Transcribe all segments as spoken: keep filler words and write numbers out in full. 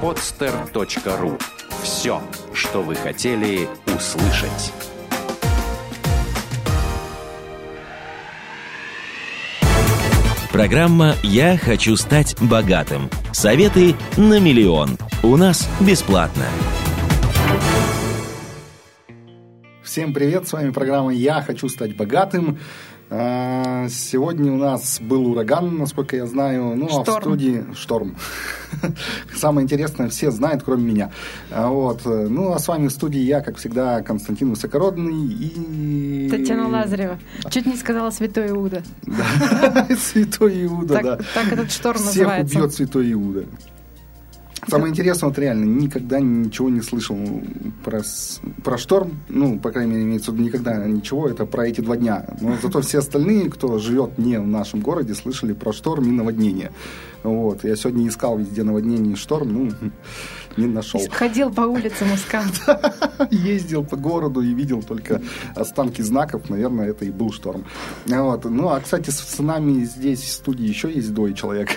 подстер точка ру. Все, что вы хотели услышать. Программа «Я хочу стать богатым». Советы на миллион. У нас бесплатно. Всем привет, с вами программа «Я хочу стать богатым». Сегодня у нас был ураган, насколько я знаю. Ну, шторм. А в студии шторм. Самое интересное, все знают, кроме меня. Вот. Ну, а с вами в студии я, как всегда, Константин Высокородный и... Татьяна Лазарева. Чуть не сказала Святой Иуда. Да, Святой Иуда, да. Так этот шторм называется. Всех убьет Святой Иуда. Самое интересное, вот реально, никогда ничего не слышал про, про шторм. Ну, по крайней мере, имеется в виду никогда ничего. Это про эти два дня. Но зато все остальные, кто живет не в нашем городе, слышали про шторм и наводнение. Вот. Я сегодня искал везде наводнение и шторм, ну, не нашел. Ходил по улицам, искал. Ездил по городу и видел только останки знаков. Наверное, это и был шторм. Вот. Ну, а, кстати, с нами здесь в студии еще есть двое человек.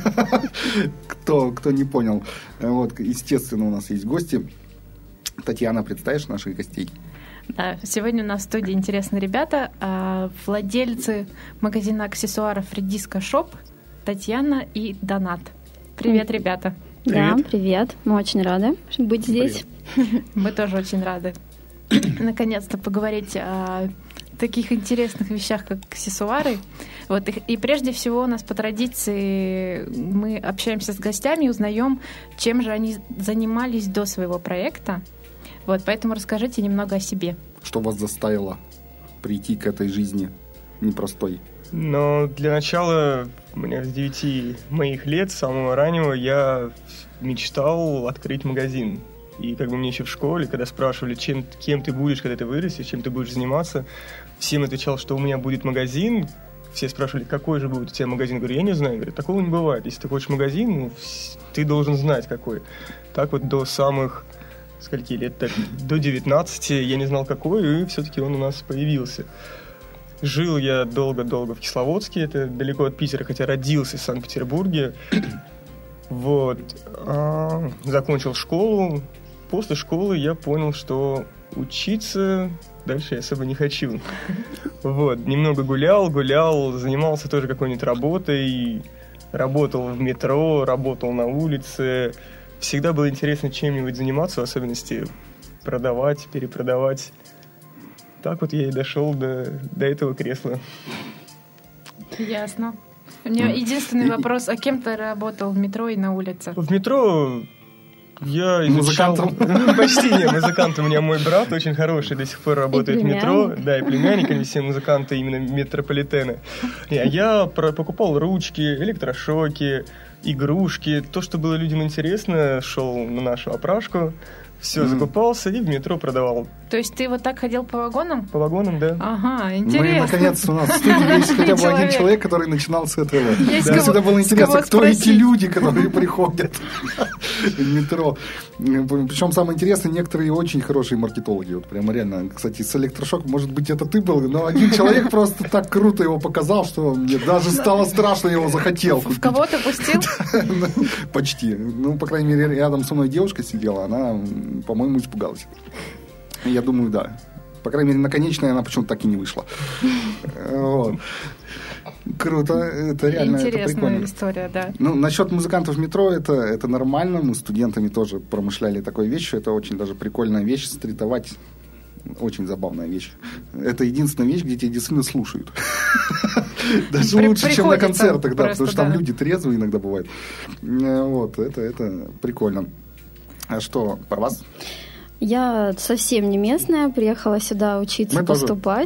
Кто, кто не понял. Вот, естественно, у нас есть гости. Татьяна, представишь наших гостей? Да, сегодня у нас в студии интересные ребята, владельцы магазина аксессуаров Редиско Шоп, Татьяна и Донат. Привет, ребята. Привет. Да, привет. Мы очень рады быть здесь. Привет. Мы тоже очень рады наконец-то поговорить о таких интересных вещах, как аксессуары. Вот, и, и прежде всего у нас по традиции мы общаемся с гостями и узнаем, чем же они занимались до своего проекта. Вот, поэтому расскажите немного о себе. Что вас заставило прийти к этой жизни непростой? Но для начала, мне с девяти моих лет, с самого раннего, я мечтал открыть магазин. И как бы мне еще в школе, когда спрашивали, чем, кем ты будешь, когда ты вырастешь, чем ты будешь заниматься, всем отвечал, что у меня будет магазин. Все спрашивали, какой же будет у тебя магазин. Говорю, я не знаю. Говорю, такого не бывает. Если ты хочешь магазин, ну, ты должен знать, какой. Так вот до самых, скольки лет, так, до девятнадцати я не знал, какой, и все-таки он у нас появился. Жил я долго-долго в Кисловодске, это далеко от Питера, хотя родился в Санкт-Петербурге. Вот. А, закончил школу. После школы я понял, что учиться дальше я особо не хочу. Вот. Немного гулял, гулял, занимался тоже какой-нибудь работой. Работал в метро, работал на улице. Всегда было интересно чем-нибудь заниматься, в особенности продавать, перепродавать. Так вот я и дошел до, до этого кресла. Ясно. У меня единственный вопрос, а кем ты работал в метро и на улице? В метро я изучал... Музыкантом? Почти не музыкант. У меня мой брат очень хороший, до сих пор работает в метро. Да, и племянник, они все музыканты именно метрополитена. Я покупал ручки, электрошоки, игрушки. То, что было людям интересно, шел на нашу опрашку. Все, mm-hmm. закупался и в метро продавал. То есть ты вот так ходил по вагонам? По вагонам, да. Ага, интересно. Мы, наконец, у нас в студии есть хотя бы один человек, который начинал с этого. Мне всегда было интересно, кто эти люди, которые приходят в метро. Причем самое интересное, некоторые очень хорошие маркетологи. Вот прямо реально. Кстати, с электрошоком, может быть, это ты был, но один человек просто так круто его показал, что мне даже стало страшно, я его захотел купить. В кого ты пустил? Почти. Ну, по крайней мере, рядом со мной девушка сидела, она... по-моему, испугалась. Я думаю, да. По крайней мере, наконечная она почему-то так и не вышла. Вот. Круто. Это реально интересная это прикольно. История, да. Ну, насчет музыкантов в метро, это, это нормально. Мы с студентами тоже промышляли такой вещью. Это очень даже прикольная вещь. Стритовать очень забавная вещь. Это единственная вещь, где тебя действительно слушают. Даже лучше, чем на концертах, да, потому что там люди трезвые иногда бывают. Вот, это прикольно. А что, про вас? Я совсем не местная, приехала сюда учиться, мы поступать.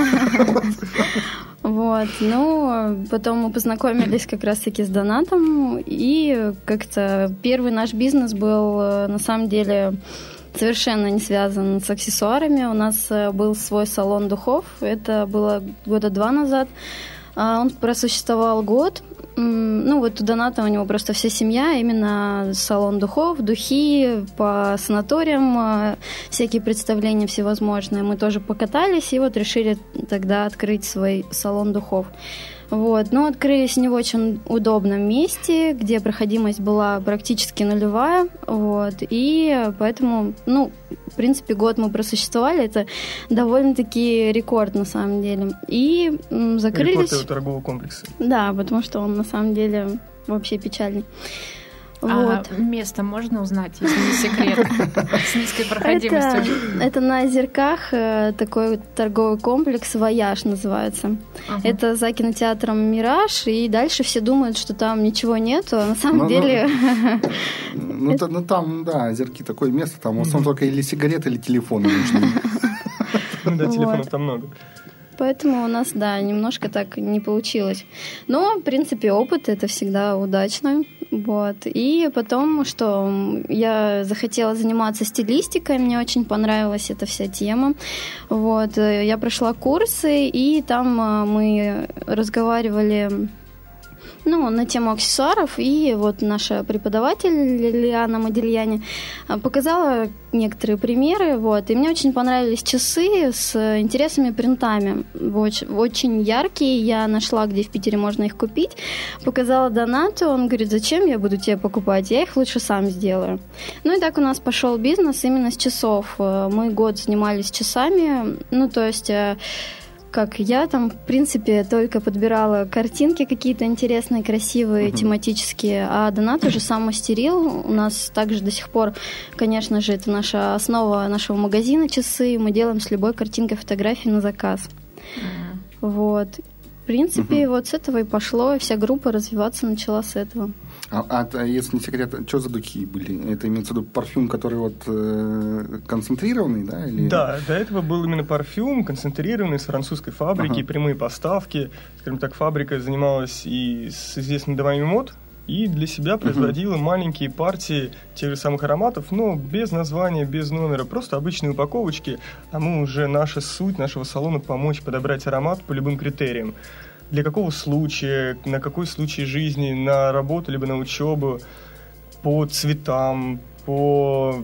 Вот, ну, потом мы познакомились как раз-таки с Донатом, и как-то первый наш бизнес был, на самом деле, совершенно не связан с аксессуарами. У нас был свой салон духов, это было года два назад. Он просуществовал год. Ну, вот у Доната у него просто вся семья, именно салон духов, духи по санаториям, всякие представления всевозможные. Мы тоже покатались и вот решили тогда открыть свой салон духов. Вот. Но открылись не в очень удобном месте, где проходимость была практически нулевая. Вот. И поэтому, ну, в принципе, год мы просуществовали. Это довольно-таки рекорд на самом деле. И м, закрылись... Рекорд этого торгового комплекса. Да, потому что он на самом деле вообще печальный. А Вот. место можно узнать, если не секрет, с низкой проходимостью? Это, это на Озерках э, такой торговый комплекс «Вояж» называется. Ага. Это за кинотеатром «Мираж», и дальше все думают, что там ничего нету, а на самом Ну, деле... Ну, та- ну, там, да, Озерки такое место, там в основном только или сигареты, или телефоны нужны. Ну да, телефонов Вот. там много. Поэтому у нас, да, немножко так не получилось. Но, в принципе, опыт — это всегда удачно. Вот. И потом, что я захотела заниматься стилистикой, мне очень понравилась эта вся тема. Вот. Я прошла курсы, и там мы разговаривали... Ну, на тему аксессуаров, и вот наша преподаватель Лилиана Модельяни показала некоторые примеры, вот, и мне очень понравились часы с интересными принтами, очень, очень яркие, я нашла, где в Питере можно их купить, показала Донату, он говорит, зачем я буду тебе покупать, я их лучше сам сделаю. Ну и так у нас пошел бизнес именно с часов, мы год занимались часами, ну, то есть... как я там, в принципе, только подбирала картинки какие-то интересные, красивые, uh-huh. тематические, а Донат уже сам мастерил. У нас также до сих пор, конечно же, это наша основа нашего магазина часы. Мы делаем с любой картинкой фотографии на заказ. Uh-huh. Вот. В принципе, uh-huh. вот с этого и пошло, и вся группа развиваться начала с этого. А, а если не секрет, что за духи были? Это имеется в виду парфюм, который вот э, концентрированный, да? Или... Да, до этого был именно парфюм, концентрированный, с французской фабрики, ага. прямые поставки. Скажем так, фабрика занималась и с известными домами мод, и для себя производила uh-huh. маленькие партии тех же самых ароматов, но без названия, без номера, просто обычные упаковочки. А мы уже, наша суть нашего салона помочь подобрать аромат по любым критериям. Для какого случая, на какой случай жизни, на работу, либо на учебу, по цветам, по,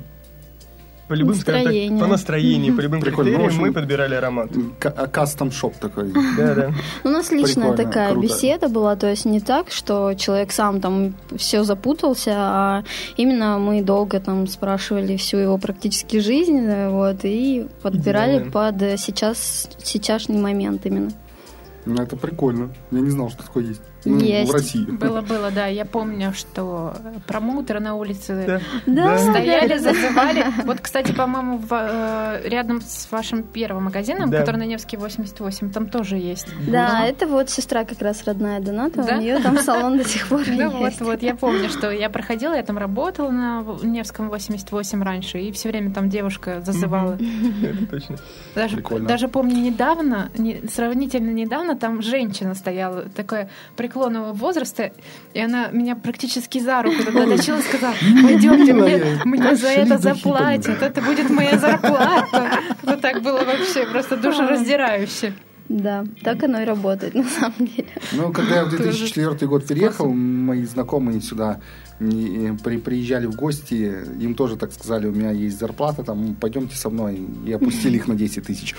по любым, скажем так, по настроению, по любым Прикольно. критериям Ну, мы подбирали аромат. Кастом-шоп такой. Да, да. У нас личная Прикольно, такая круто. беседа была, то есть не так, что человек сам там все запутался, а именно мы долго там спрашивали всю его практически жизнь, вот, и подбирали Идеально. под сейчас, сейчасшний момент именно. Ну, это прикольно. Я не знал, что такое есть. Ну, Есть. в России. Было-было, да. Я помню, что промоутеры на улице Да. Да. стояли, зазывали. Вот, кстати, по-моему, в, э, рядом с вашим первым магазином, Да. который на Невский восемьдесят восемь, там тоже есть. Да, это вот сестра как раз родная Доната, Да? у нее там салон до сих пор Ну вот, есть. вот, я помню, что я проходила, я там работала на Невском восемьдесят восемь раньше, и все время там девушка зазывала. Это точно. Даже, Прикольно. даже помню, недавно, не, сравнительно недавно, там женщина стояла, такая преклонного возраста, и она меня практически за руку тогда тащила и сказала, пойдемте, мне, мне за это заплатят, это будет моя зарплата. Вот так было вообще просто душераздирающе. Да, так оно и работает на самом деле. Ну, когда я в две тысячи четвёртый год переехал, мои знакомые сюда и при, приезжали в гости, им тоже так сказали, у меня есть зарплата, там, пойдемте со мной, и опустили их на десять тысяч.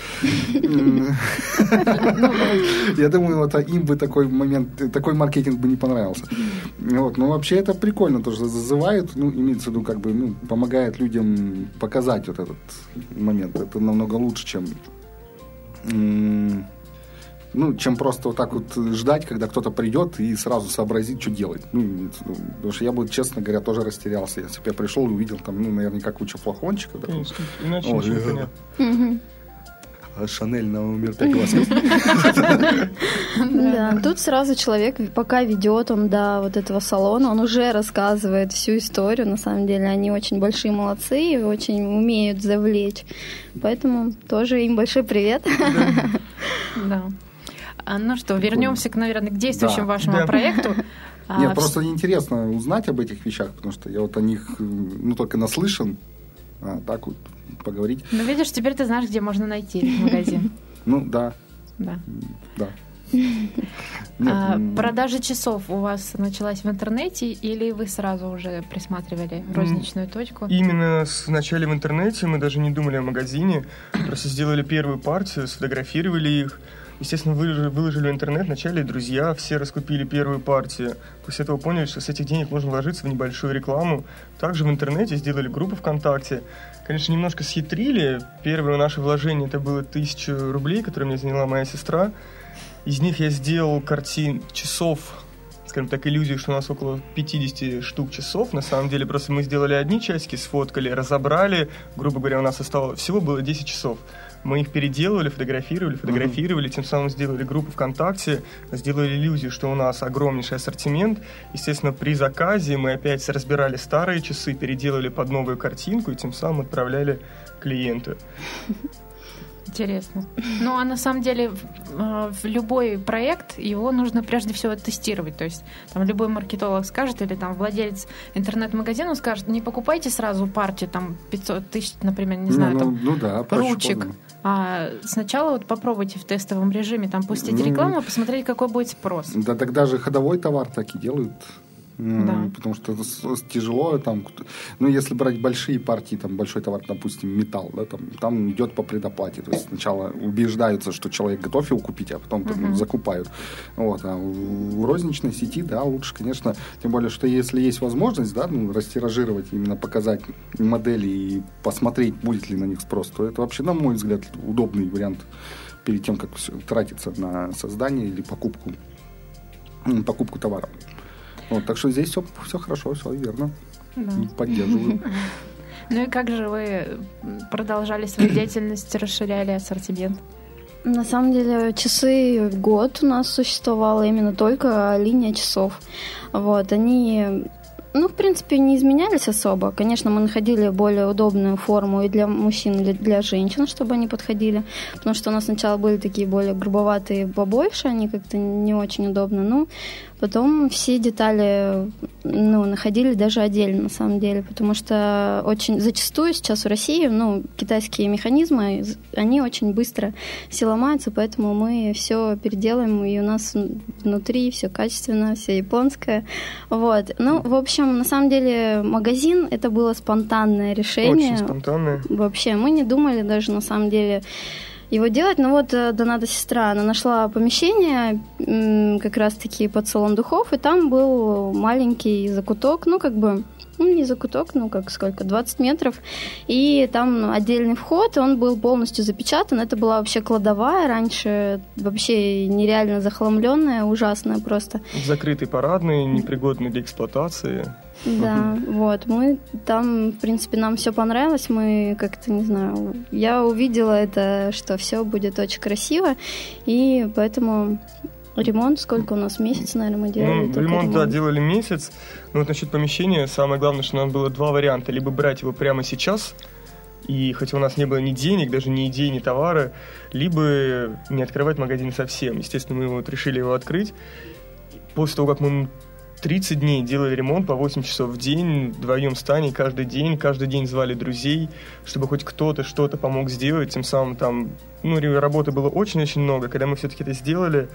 Я думаю, вот им бы такой момент, такой маркетинг бы не понравился. Вот, но вообще это прикольно тоже зазывают, ну, имеется в виду, как бы, ну, помогает людям показать вот этот момент. Это намного лучше, чем ну, чем просто вот так вот ждать, когда кто-то придет и сразу сообразит, что делать. Ну, потому что я бы, честно говоря, тоже растерялся. Если бы я пришел и увидел там, ну, наверняка кучу флакончиков. Да, Конечно, иначе Ой, ничего э, понятно. а Шанель номер пять у вас есть? Да, тут сразу человек, пока ведет он до вот этого салона, он уже рассказывает всю историю. На самом деле они очень большие молодцы и очень умеют завлечь. Поэтому тоже им большой привет. Да. А, ну что, вернемся, к, наверное, к действующему Да. вашему Да. проекту. А, Нет, в- просто интересно узнать об этих вещах, потому что я вот о них, ну, только наслышан, а так вот поговорить. Ну, видишь, теперь ты знаешь, где можно найти магазин. Ну, да, Да. да. А, Нет, продажа часов у вас началась в интернете, или вы сразу уже присматривали розничную точку? Именно с начала в интернете мы даже не думали о магазине, просто сделали первую партию, сфотографировали их, Естественно, выложили, выложили в интернет, вначале друзья все раскупили первую партию. После этого поняли, что с этих денег можно вложиться в небольшую рекламу. Также в интернете сделали группу ВКонтакте. Конечно, немножко схитрили. Первое наше вложение это было тысяча рублей, которые мне заняла моя сестра. Из них я сделал картин часов, скажем так, иллюзию, что у нас около пятьдесят штук часов. На самом деле просто мы сделали одни часики, сфоткали, разобрали. Грубо говоря, у нас осталось всего было десять часов. Мы их переделывали, фотографировали, фотографировали, тем самым сделали группу ВКонтакте, сделали иллюзию, что у нас огромнейший ассортимент. Естественно, при заказе мы опять разбирали старые часы, переделали под новую картинку и тем самым отправляли клиенту. Интересно. Ну, а на самом деле в, в любой проект его нужно прежде всего тестировать. То есть там любой маркетолог скажет, или там владелец интернет-магазина скажет, не покупайте сразу партию, там пятьсот тысяч, например, не знаю, ну, там ну, да, ручек. понял. А сначала вот попробуйте в тестовом режиме там пустить ну, рекламу, посмотреть, какой будет спрос. Да, тогда же ходовой товар так и делают. Да. Потому что это тяжело, там, ну, если брать большие партии, там, большой товар, допустим, металл, да, там, там идет по предоплате, то есть сначала убеждаются, что человек готов его купить, а потом uh-huh. там, закупают. Вот. А в розничной сети, да, лучше, конечно, тем более, что если есть возможность, да, ну, растиражировать, именно показать модели и посмотреть, будет ли на них спрос, то это вообще, на мой взгляд, удобный вариант перед тем, как тратиться на создание или покупку, покупку товара. Вот, так что здесь все, все хорошо, все верно. Да. Поддерживаю. Ну и как же вы продолжали свою деятельность, расширяли ассортимент? На самом деле часы год у нас существовала именно только линия часов. Вот, они... Ну, в принципе, не изменялись особо. Конечно, мы находили более удобную форму и для мужчин, и для женщин, чтобы они подходили. Потому что у нас сначала были такие более грубоватые, побольше, они как-то не очень удобно. Ну, потом все детали, ну, находили даже отдельно, на самом деле. Потому что очень зачастую сейчас в России, ну, китайские механизмы, они очень быстро все ломаются, поэтому мы все переделаем, и у нас внутри все качественно, все японское. Вот. Ну, в общем, на самом деле магазин это было спонтанное решение. Очень спонтанное. Вообще, мы не думали даже на самом деле его делать. Но вот Доната сестра, она нашла помещение как раз-таки под салон духов, и там был маленький закуток, ну как бы, ну не закуток, ну как сколько, двадцать метров, и там отдельный вход, он был полностью запечатан, это была вообще кладовая раньше, вообще нереально захламленная, ужасная просто. Закрытый парадный, непригодный для эксплуатации. Да, uh-huh. вот, мы там, в принципе, нам все понравилось, мы как-то, не знаю, я увидела это, что все будет очень красиво, и поэтому ремонт, сколько у нас, месяц, наверное, мы делали? Ну, ремонт, ремонт, да, делали месяц, но вот насчет помещения, самое главное, что нам было два варианта, либо брать его прямо сейчас, и хотя у нас не было ни денег, даже ни идей, ни товара, либо не открывать магазин совсем, естественно, мы вот решили его открыть, после того, как мы тридцать дней делали ремонт по восемь часов в день, вдвоем с Таней каждый день, каждый день звали друзей, чтобы хоть кто-то что-то помог сделать, тем самым там, ну, работы было очень-очень много. Когда мы все-таки это сделали,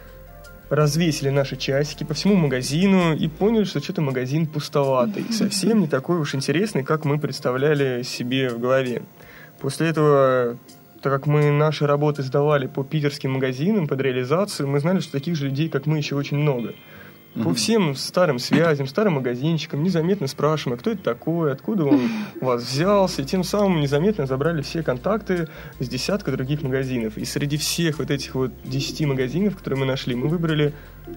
развесили наши часики по всему магазину и поняли, что что-то магазин пустоватый, совсем не такой уж интересный, как мы представляли себе в голове. После этого, так как мы наши работы сдавали по питерским магазинам под реализацию, мы знали, что таких же людей, как мы, еще очень много. По всем старым связям, старым магазинчикам незаметно спрашиваем, а кто это такой, откуда он у вас взялся, и тем самым незаметно забрали все контакты с десятка других магазинов. И среди всех вот этих вот десяти магазинов, которые мы нашли, мы выбрали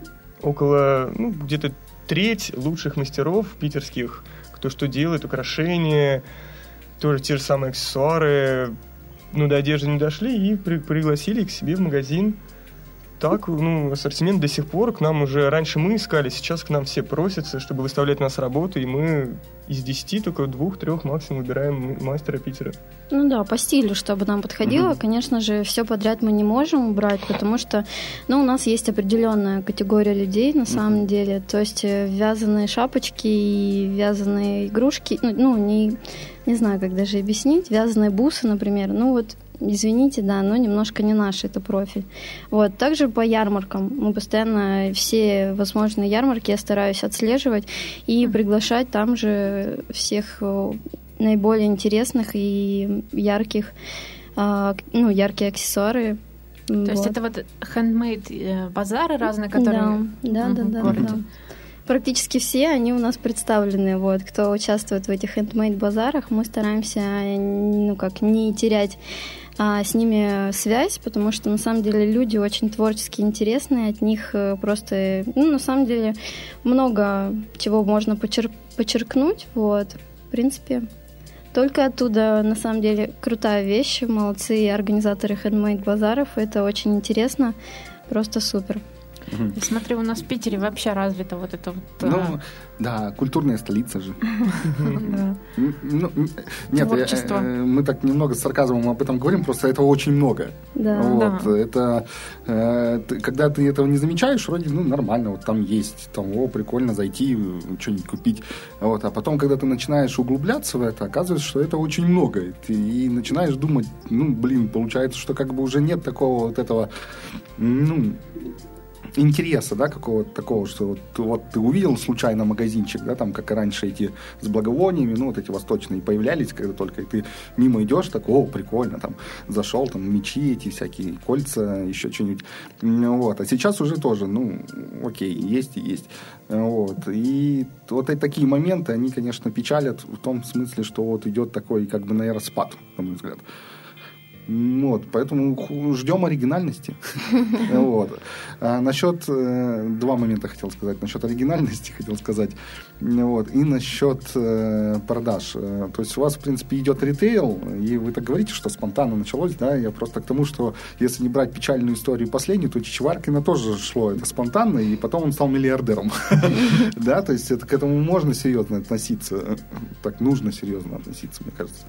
около, ну, где-то треть лучших мастеров питерских, кто что делает, украшения, тоже те же самые аксессуары, ну, до одежды не дошли, и при- пригласили их к себе в магазин. Так, ну, ассортимент до сих пор к нам уже... Раньше мы искали, сейчас к нам все просятся, чтобы выставлять у нас работу, и мы из десяти только двух-трех максимум выбираем мастера Питера. Ну да, по стилю, чтобы нам подходило. Mm-hmm. Конечно же, все подряд мы не можем брать, потому что, ну, у нас есть определенная категория людей, на mm-hmm. самом деле. То есть вязаные шапочки и вязаные игрушки, ну, ну не, не знаю, как даже объяснить, вязаные бусы, например, ну вот... Извините, да, но немножко не наш это профиль. Вот. Также по ярмаркам. Мы постоянно все возможные ярмарки я стараюсь отслеживать и приглашать там же всех наиболее интересных и ярких, ну, яркие аксессуары То вот. Есть это вот handmade базары разные, которые да, да, да, да, да. Практически все они у нас представлены. Вот, кто участвует в этих handmade базарах, мы стараемся, ну как, не терять а, с ними связь, потому что на самом деле люди очень творчески интересные, от них просто, ну на самом деле много чего можно почерп- почерпнуть. Вот, в принципе. Только оттуда, на самом деле, крутая вещь. Молодцы организаторы handmade базаров. Это очень интересно. Просто супер. И смотри, у нас в Питере вообще развито вот это вот... Ну, да, культурная столица же. Нет, мы так немного с сарказмом об этом говорим, просто этого очень много. Вот, это... Когда ты этого не замечаешь, вроде, ну, нормально, вот там есть, там, о, прикольно зайти, что-нибудь купить. Вот, а потом, когда ты начинаешь углубляться в это, оказывается, что это очень много. И начинаешь думать, ну, блин, получается, что как бы уже нет такого вот этого, ну... интереса, да, какого-то такого, что вот, вот ты увидел случайно магазинчик, да, там, как и раньше эти с благовониями, ну, вот эти восточные появлялись, когда только ты мимо идешь, так, о, прикольно, там, зашел, там, мечи эти всякие, кольца, еще что-нибудь, вот, а сейчас уже тоже, ну, окей, есть и есть, вот, и вот такие моменты, они, конечно, печалят в том смысле, что вот идет такой, как бы, наверное, спад, на мой взгляд. Вот, поэтому ждем оригинальности. Вот. А насчет э, два момента хотел сказать. Насчет оригинальности хотел сказать. Вот. И насчет э, продаж. То есть у вас, в принципе, идет ритейл, и вы так говорите, что спонтанно началось, да? Я просто к тому, что если не брать печальную историю последнюю, то Чичваркина тоже шло это спонтанно, и потом он стал миллиардером. Да, то есть к этому можно серьезно относиться. Так нужно серьезно относиться, мне кажется.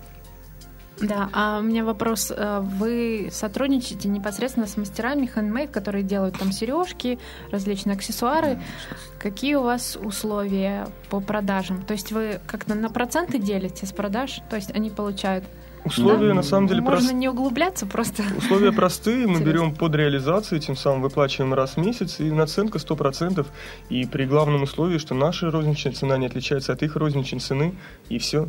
Да, а у меня вопрос. Вы сотрудничаете непосредственно с мастерами handmade, которые делают там сережки, различные аксессуары? Какие у вас условия по продажам? То есть вы как-то на проценты делите с продаж? То есть они получают... Условия, да? На самом деле, можно прост... не углубляться просто. Условия простые, мы берем под реализацию, тем самым выплачиваем раз в месяц, и наценка сто процентов. И при главном условии, что наша розничная цена не отличается от их розничной цены, и все.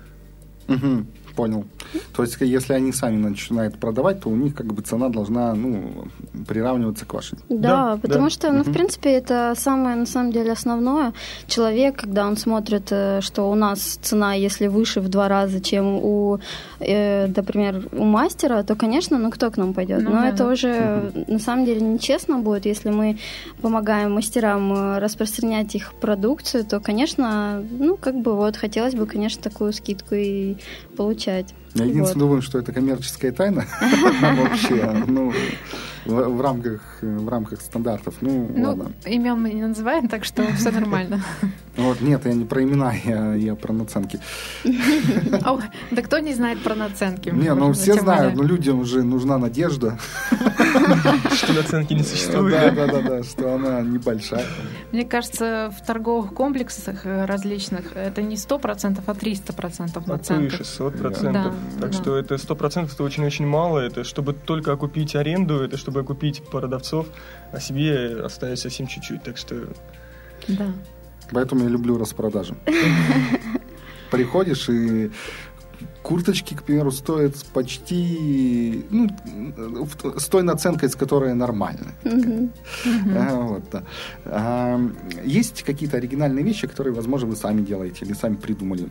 Угу. Понял. То есть, если они сами начинают продавать, то у них как бы цена должна, ну, приравниваться к вашей. Да, да потому да. что, ну, в принципе, это самое, на самом деле, основное. Человек, когда он смотрит, что у нас цена, если выше в два раза, чем у, э, например, у мастера, то, конечно, ну, кто к нам пойдет? Ну, Но да, это да. уже, угу. на самом деле, нечестно будет, если мы помогаем мастерам распространять их продукцию, то, конечно, ну, как бы вот хотелось бы, конечно, такую скидку и получить. Я единственное вот. думаю, что это коммерческая тайна вообще, ну, в рамках, в рамках стандартов. Ну, ну ладно. Имен мы не называем, так что все нормально. Вот, нет, я не про имена, я, я про наценки. О, да кто не знает про наценки? Не, ну все знают, но людям уже нужна надежда. Что наценки не существует. Да, да, да, да, что она небольшая. Мне кажется, в торговых комплексах различных это не сто процентов, а триста процентов наценка. шестьсот процентов. Так что это сто процентов, это очень-очень мало. Это чтобы только окупить аренду, это чтобы окупить продавцов, а себе оставить совсем чуть-чуть. Так что... Да. Поэтому я люблю распродажи. Приходишь, и курточки, к примеру, стоят почти, ну, с той наценкой, с которой нормально. Mm-hmm. Mm-hmm. Вот, да. А, есть какие-то оригинальные вещи, которые, возможно, вы сами делаете или сами придумали?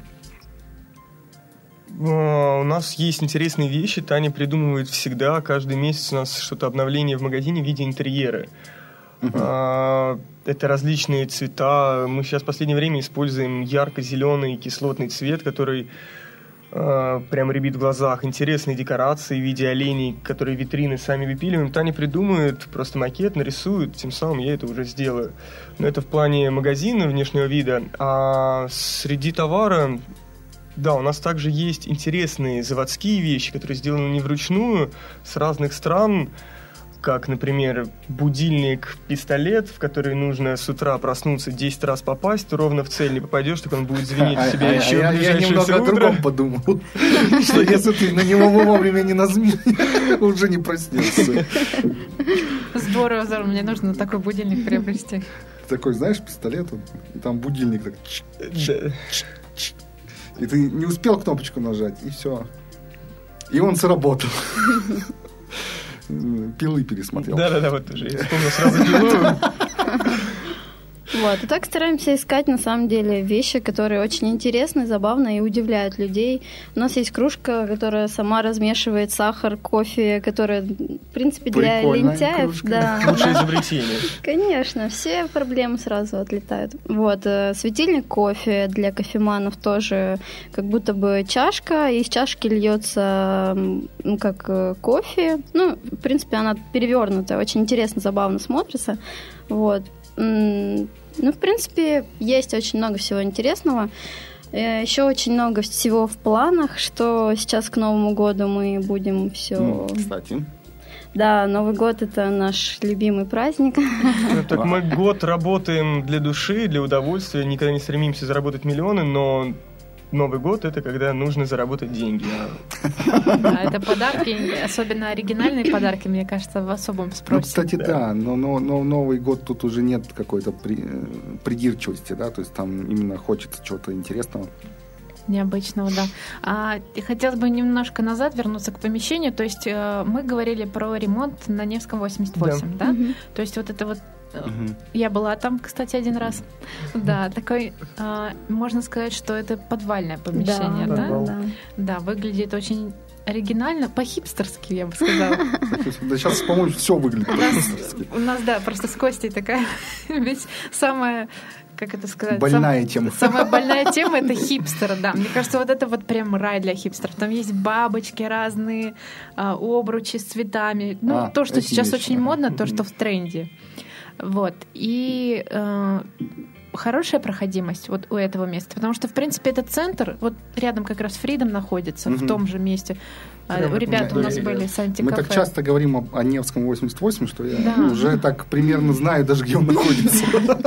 У нас есть интересные вещи. Таня придумывает всегда. Каждый месяц у нас что-то обновление в магазине в виде интерьера. Uh-huh. Это различные цвета. Мы сейчас в последнее время используем ярко-зеленый кислотный цвет, который э, прям рябит в глазах. Интересные декорации в виде оленей, которые витрины сами выпиливаем. Таня придумает просто макет, нарисует, тем самым я это уже сделаю. Но это в плане магазина внешнего вида. А среди товара, да, у нас также есть интересные заводские вещи, которые сделаны не вручную, с разных стран. Как, например, будильник-пистолет, в который нужно с утра проснуться десять раз попасть, ровно в цель не попадешь, так он будет звенеть в себе еще в ближайшее утро. Я немного о другом подумал, что если ты на него вовремя не нажмешь, уже не проснешься. Здорово, здорово, мне нужно такой будильник приобрести. Такой, знаешь, пистолет, и там будильник так... И ты не успел кнопочку нажать, и все. И он сработал. Пилы пересмотрел. Да-да-да, вот уже я вспомнил сразу Пилу. Вот. И так стараемся искать, на самом деле, вещи, которые очень интересны, забавны и удивляют людей. У нас есть кружка, которая сама размешивает сахар, кофе, которая, в принципе, для Прикольная лентяев. кружка. Да, Лучшее изобретение. конечно, все проблемы сразу отлетают. Вот. э, Светильник кофе для кофеманов тоже как будто бы чашка, и из чашки льется м, ну, как э, кофе. Ну, в принципе, она перевернутая, очень интересно, забавно смотрится. Вот. М, Ну, в принципе, есть очень много всего интересного. Э, Еще очень много всего в планах, что сейчас к Новому году мы будем все... Ну, кстати. Да, Новый год — это наш любимый праздник. Ну, так мы год работаем для души, для удовольствия, никогда не стремимся заработать миллионы, но Новый год — это когда нужно заработать деньги. Да, это подарки, особенно оригинальные подарки, мне кажется, в особом спросе. Ну, кстати, да, да но, но, но Новый год тут уже нет какой-то при, придирчивости, да, то есть там именно хочется чего-то интересного. Необычного, да. А, и хотелось бы немножко назад вернуться к помещению. То есть э, мы говорили про ремонт на Невском восемьдесят восемь, да? да? Мгм. То есть вот это вот... э, Мгм. Я была там, кстати, один раз. Да, такой... э, можно сказать, что это подвальное помещение, Да, да? Подвал. да. Да, выглядит очень оригинально, по-хипстерски, я бы сказала. Да сейчас, по-моему, все выглядит У нас, по-хипстерски. у нас, да, просто с Костей такая... Ведь самая... Как это сказать? Больная Сам- тема. Самая больная тема — это хипстер, да. Мне кажется, вот это вот прям рай для хипстеров. Там есть бабочки разные, а, обручи с цветами. Ну, А, то, что эти сейчас вещи, очень ага. модно, то, что в тренде. Вот. И э, хорошая проходимость вот у этого места, потому что, в принципе, этот центр, вот рядом как раз Фридом находится, в Мгм. том же месте. А, Прямо у ребят в у нас дворе, были да. с Мы антикафе. так часто говорим о, о Невском восемьдесят восемь, что я Да. уже так примерно знаю даже, где он находится.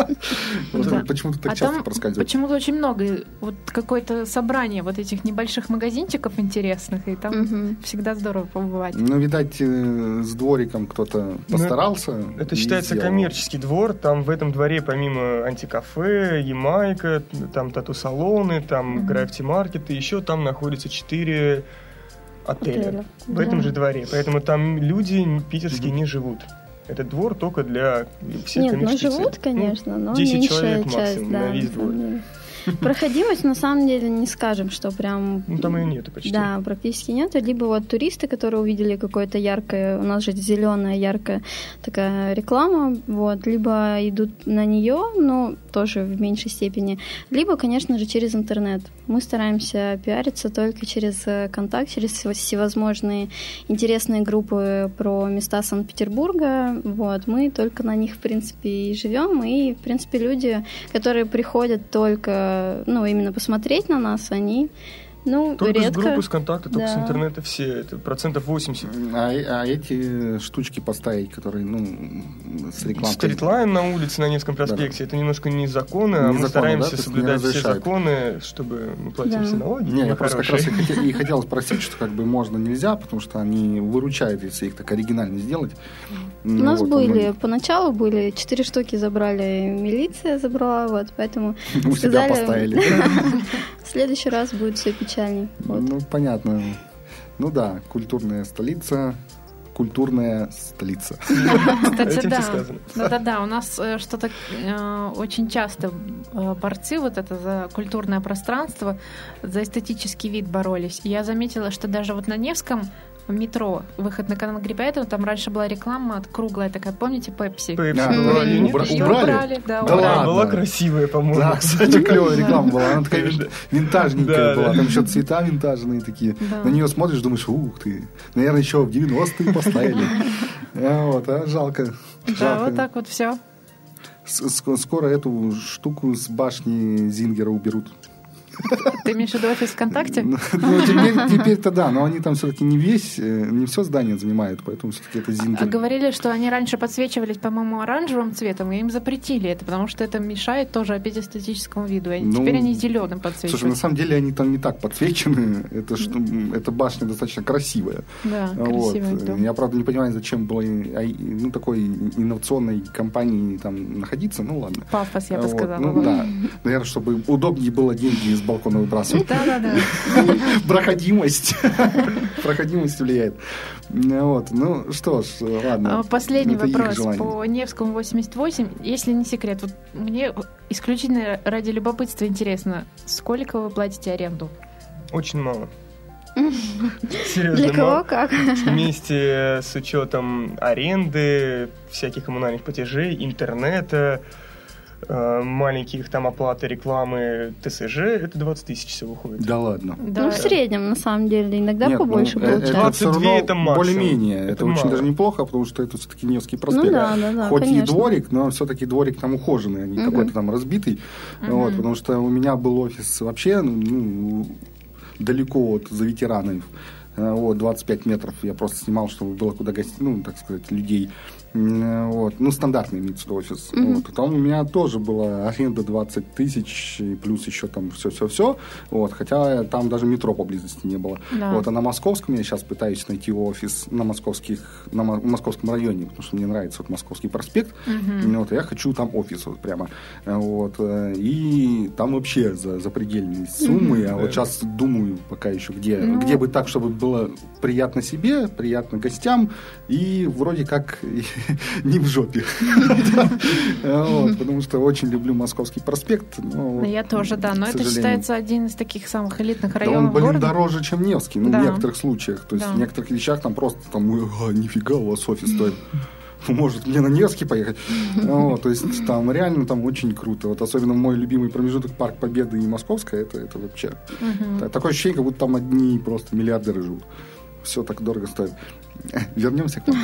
Вот Да. почему-то так А часто там проскальзывает. почему-то очень много, вот какое-то собрание вот этих небольших магазинчиков интересных, и там Мгм. всегда здорово побывать. Ну, видать, э, с двориком кто-то постарался. Это и считается сделал. коммерческий двор. Там в этом дворе помимо антикафе, Ямайка, там тату-салоны, там Мгм. граффити-маркеты, еще там находится четыре отеля Отеля. в этом Да. же дворе. Поэтому там люди питерские не живут. Этот двор только для всех Нет, ну коммерческих живут, целей. конечно, Ну, но десять меньшая человек часть, максимум да, на весь на самом двор. деле. Проходимость, на самом деле, не скажем, что прям... Ну, там ее нету почти. Да, практически нет. Либо вот туристы, которые увидели какое-то яркое, у нас же зеленая яркая такая реклама, вот, либо идут на нее, но тоже в меньшей степени, либо, конечно же, через интернет. Мы стараемся пиариться только через э, контакт, через всё- всевозможные интересные группы про места Санкт-Петербурга. Вот, мы только на них, в принципе, и живем. И, в принципе, люди, которые приходят только, ну, именно посмотреть на нас, они, ну, Только редко... с группы, с контакта, только с Да. интернета все. Это процентов восемьдесят. А, а эти штучки поставить, которые, ну, с рекламой. Стритлайн на улице на Невском проспекте, это немножко незаконно, а мы Незаконно, да? стараемся То есть не соблюдать все разрешают. законы, чтобы мы платили Да. все налоги. Не, мы я просто как раз хорошие. и хотел, и хотел спросить, что как бы можно, нельзя, потому что они выручают, если их так оригинально сделать. У нас вот, были, ну, поначалу были, четыре штуки забрали, милиция забрала, вот, поэтому у себя поставили. Да. В следующий раз будет все печальней. Вот. Ну, понятно. Ну да, культурная столица, культурная столица. Кстати, Этим да. всё сказано. Да-да-да, у нас э, что-то э, очень часто э, борцы вот это за культурное пространство, за эстетический вид боролись. И я заметила, что даже вот на Невском метро, выход на канал Грибоедова, там раньше была реклама круглая такая, помните, Пепси? Пепси Да, была, её нет убра- еще? Её убрали? да, Да убрали. ладно. Была красивая, по-моему. Да, кстати, клевая реклама была. Она такая Конечно. винтажненькая Да, была. да. Там еще цвета винтажные такие. Да. На нее смотришь, думаешь, ух ты. Наверное, еще в девяностые поставили. А вот, а жалко. Да, Жалко. вот так вот все. С- ск- Скоро эту штуку с башни Зингера уберут. Ты имеешь в виду офис ВКонтакте? Ну, теперь, теперь-то да, но они там все-таки не весь, э, не все здание занимают, поэтому все-таки это А Зингер. говорили, что они раньше подсвечивались, по-моему, оранжевым цветом, и им запретили это, потому что это мешает тоже опять эстетическому виду. И Ну, теперь они зеленым Слушай, на подсвечиваются. самом деле они там не так подсвечены. Это что, эта башня достаточно красивая. Да, Вот. красивый дом. Я, правда, не понимаю, зачем было и- ай- ну, такой инновационной компании там находиться. Ну, ладно. Пафос, я бы Вот. сказала. Ну, да. Наверное, чтобы удобнее было деньги из с балкона выбрасывать. Да-да-да. Проходимость. Проходимость влияет. Вот. Ну, что ж, ладно. Последний Это их вопрос желание. по Невскому восемьдесят восемь. Если не секрет, вот мне исключительно ради любопытства интересно, сколько вы платите аренду? Очень мало. Серьезно, Для кого мало. как? Вместе с учетом аренды, всяких коммунальных платежей, интернета, э, маленьких там оплаты рекламы, ТСЖ, это двадцать тысяч всего выходит. Да ладно. Да. Ну, в среднем, на самом деле. Иногда Нет, побольше ну, получается. это все двадцать две равно это максимум. более-менее. Это, Это очень мало. даже неплохо, потому что это все-таки Невский проспект. Ну да, да, да, Хоть конечно. и дворик, но все-таки дворик там ухоженный, а не Мгм. какой-то там разбитый. Вот, потому что у меня был офис вообще ну, далеко от за ветеранов. Вот, двадцать пять метров я просто снимал, чтобы было куда гостить, ну, так сказать, людей. Вот. Ну, стандартный имеется в виду офис. Мгм. Вот. Там у меня тоже была аренда двадцать тысяч, и плюс еще там все-все-все. Вот. Хотя там даже метро поблизости не было. Да. Вот. А на Московском я сейчас пытаюсь найти офис на, московских, на мо- московском районе, потому что мне нравится вот Московский проспект. Мгм. Вот. И я хочу там офис вот прямо. Вот. И там вообще за, запредельные суммы. А вот сейчас думаю пока еще, где, Ну. где бы так, чтобы было приятно себе, приятно гостям и вроде как не в жопе. Вот, потому что очень люблю Московский проспект. но, Ну, я тоже, да. Но к это сожалению. считается один из таких самых элитных Да он, районов блин, города. дороже, чем Невский, ну, Да. в некоторых случаях. То есть Да. в некоторых вещах там просто там, ой, а, нифига, у вас офис стоит. Может, мне на Невский поехать? Вот, то есть там реально там очень круто. Вот особенно мой любимый промежуток Парк Победы и Московская, это, это вообще... Мгм. та- Такое ощущение, как будто там одни просто миллиардеры живут. Все так дорого стоит. Вернемся к нам.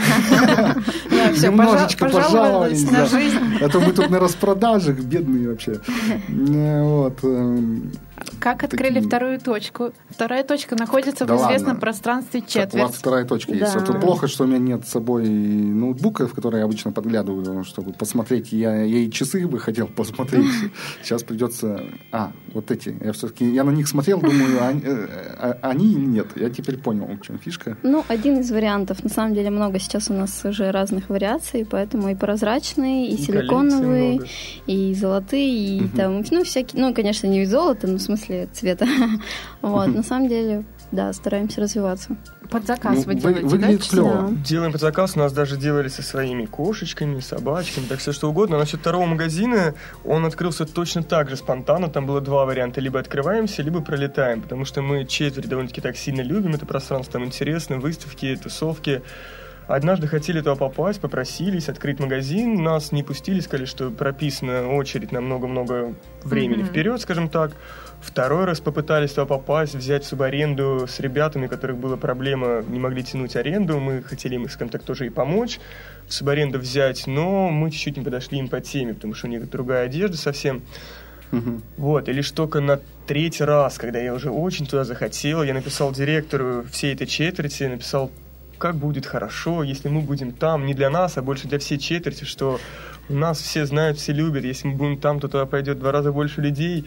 Да, всё, Немножечко пожа- пожаловались пожаловались. на да. жизнь. А то мы тут на распродажах, бедные вообще. Э, Вот. эм, Как открыли Такие. вторую точку? Вторая точка находится Да в известном ладно. пространстве как У вас четверть. вторая точка есть. Да. Это плохо, что у меня нет с собой ноутбука, в который я обычно подглядываю, чтобы посмотреть. Я, я и часы бы хотел посмотреть. Сейчас придется... А, вот эти. Я все-таки я на них смотрел, думаю, они, э, а- они или нет. Я теперь понял, в чем фишка. Ну, один из вариантов. На самом деле много сейчас у нас уже разных вариаций, поэтому и прозрачные, и, И силиконовые, коллекций много. и золотые, и Мгм. там, ну, всякие, ну, конечно, не из золота, но в смысле цвета. Вот, на самом деле, да, стараемся развиваться. Под заказ Ну, вы вы- делаете, выглядит да? клево. Да. Делаем под заказ, у нас даже делали со своими кошечками, собачками, так все что угодно. Насчет второго магазина, он открылся точно так же спонтанно, там было два варианта, либо открываемся, либо пролетаем, потому что мы четверо довольно-таки так сильно любим это пространство, там интересно, выставки, тусовки. Однажды хотели туда попасть, попросились открыть магазин, нас не пустили, сказали, что прописана очередь на много-много времени Мгм. вперед, скажем так. Второй раз попытались туда попасть, взять в субаренду с ребятами, у которых была проблема, не могли тянуть аренду, мы хотели им, скажем так, тоже и помочь, в субаренду взять, но мы чуть-чуть не подошли им по теме, потому что у них другая одежда совсем. Мгм. Вот, и лишь только на третий раз, когда я уже очень туда захотел, я написал директору всей этой четверти, написал, как будет хорошо, если мы будем там, не для нас, а больше для всей четверти, что у нас все знают, все любят, если мы будем там, то туда пойдет в два раза больше людей.